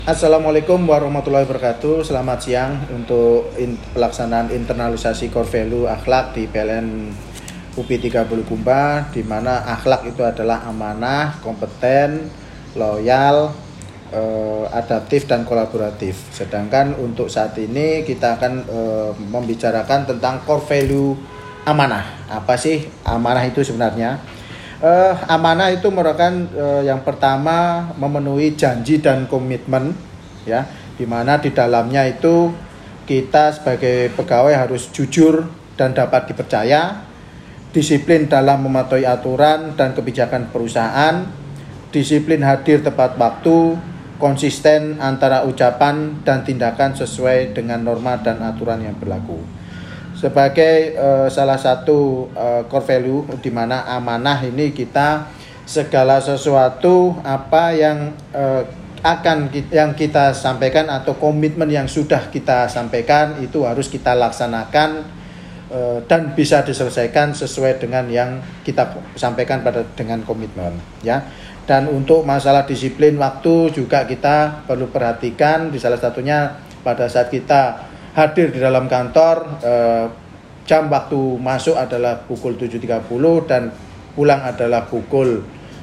Assalamualaikum warahmatullahi wabarakatuh. Selamat siang untuk pelaksanaan internalisasi core value akhlak di PLN UPI 3 Bulukumba, di mana akhlak itu adalah amanah, kompeten, loyal, adaptif dan kolaboratif. Sedangkan untuk saat ini kita akan membicarakan tentang core value amanah. Apa sih amanah itu sebenarnya? Amanah itu merupakan yang pertama memenuhi janji dan komitmen, ya, di mana di dalamnya itu kita sebagai pegawai harus jujur dan dapat dipercaya, disiplin dalam mematuhi aturan dan kebijakan perusahaan, disiplin hadir tepat waktu, konsisten antara ucapan dan tindakan sesuai dengan norma dan aturan yang berlaku. Sebagai salah satu core value, di mana amanah ini kita segala sesuatu apa yang yang kita sampaikan atau komitmen yang sudah kita sampaikan itu harus kita laksanakan dan bisa diselesaikan sesuai dengan yang kita sampaikan dengan komitmen, ya. Dan untuk masalah disiplin waktu juga kita perlu perhatikan, di salah satunya pada saat kita hadir di dalam kantor, jam waktu masuk adalah pukul 7.30 dan pulang adalah pukul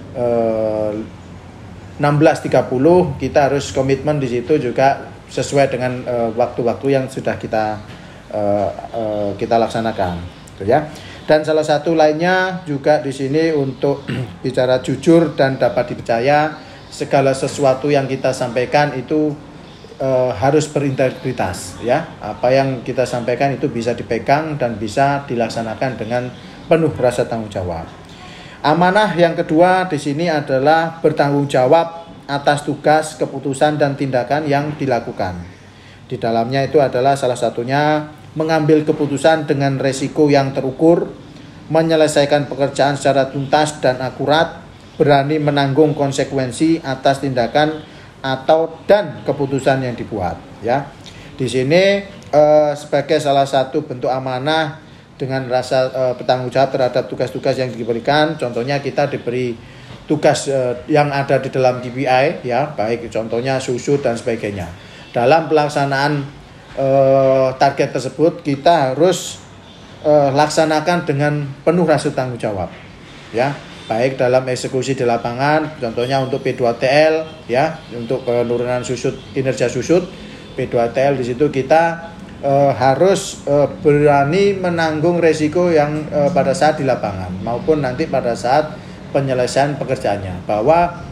16.30. Kita harus komitmen di situ juga sesuai dengan waktu-waktu yang sudah kita laksanakan, gitu ya. Dan salah satu lainnya juga di sini untuk bicara jujur dan dapat dipercaya, segala sesuatu yang kita sampaikan itu harus berintegritas, ya. Apa yang kita sampaikan itu bisa dipegang dan bisa dilaksanakan dengan penuh rasa tanggung jawab. Amanah yang kedua di sini adalah bertanggung jawab atas tugas, keputusan dan tindakan yang dilakukan. Di dalamnya itu adalah salah satunya mengambil keputusan dengan resiko yang terukur, menyelesaikan pekerjaan secara tuntas dan akurat, berani menanggung konsekuensi atas tindakan dan keputusan yang dibuat, ya. Di sini sebagai salah satu bentuk amanah dengan rasa bertanggung jawab terhadap tugas-tugas yang diberikan. Contohnya kita diberi tugas yang ada di dalam KPI, ya, baik contohnya susut dan sebagainya. Dalam pelaksanaan target tersebut kita harus laksanakan dengan penuh rasa tanggung jawab, ya. Baik dalam eksekusi di lapangan, contohnya untuk P2TL, ya, untuk penurunan kinerja susut P2TL, di situ kita harus berani menanggung resiko yang pada saat di lapangan maupun nanti pada saat penyelesaian pekerjaannya, bahwa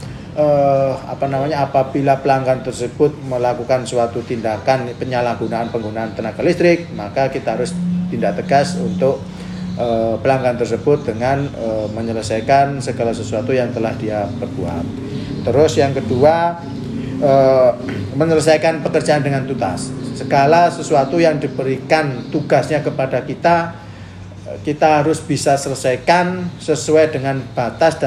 apabila pelanggan tersebut melakukan suatu tindakan penyalahgunaan penggunaan tenaga listrik, maka kita harus tindak tegas untuk pelanggan tersebut dengan menyelesaikan segala sesuatu yang telah dia perbuat. Terus yang kedua, menyelesaikan pekerjaan dengan tuntas. Segala sesuatu yang diberikan tugasnya kepada kita, kita harus bisa selesaikan sesuai dengan batas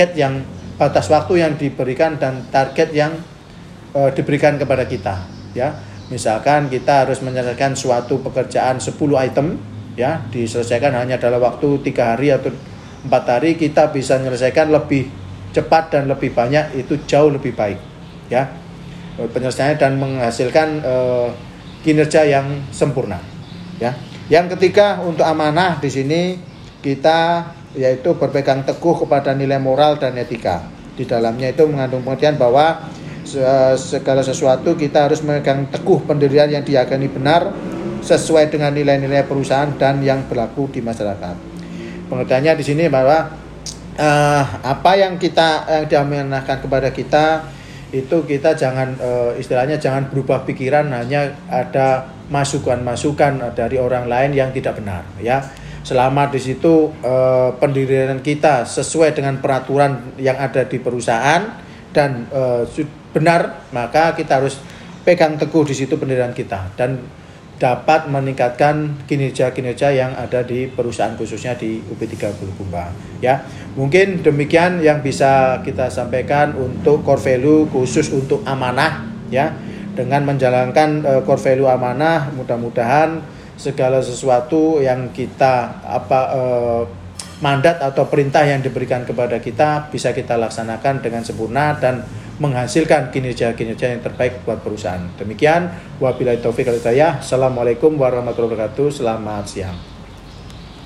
waktu yang diberikan dan target yang diberikan kepada kita, ya. Misalkan kita harus menyelesaikan suatu pekerjaan 10 item, ya, diselesaikan hanya dalam waktu 3 hari atau 4 hari, kita bisa menyelesaikan lebih cepat dan lebih banyak, itu jauh lebih baik, ya, penyelesaiannya dan menghasilkan kinerja yang sempurna, ya. Yang ketiga untuk amanah di sini kita yaitu berpegang teguh kepada nilai moral dan etika. Di dalamnya itu mengandung pengertian bahwa segala sesuatu kita harus memegang teguh pendirian yang diyakini benar sesuai dengan nilai-nilai perusahaan dan yang berlaku di masyarakat. Pengertiannya di sini bahwa apa yang diamanahkan kepada kita itu kita jangan istilahnya jangan berubah pikiran hanya ada masukan-masukan dari orang lain yang tidak benar, ya. Selama di situ pendirian kita sesuai dengan peraturan yang ada di perusahaan dan benar, maka kita harus pegang teguh di situ pendirian kita dan dapat meningkatkan kinerja yang ada di perusahaan khususnya di UPI 3 Bulukumba, ya. Mungkin demikian yang bisa kita sampaikan untuk core value khusus untuk amanah, ya. Dengan menjalankan core value amanah, mudah-mudahan segala sesuatu yang kita mandat atau perintah yang diberikan kepada kita bisa kita laksanakan dengan sempurna dan menghasilkan kinerja-kinerja yang terbaik buat perusahaan. Demikian, wabillahi taufiq wal hidayah. Assalamualaikum warahmatullahi wabarakatuh. Selamat siang.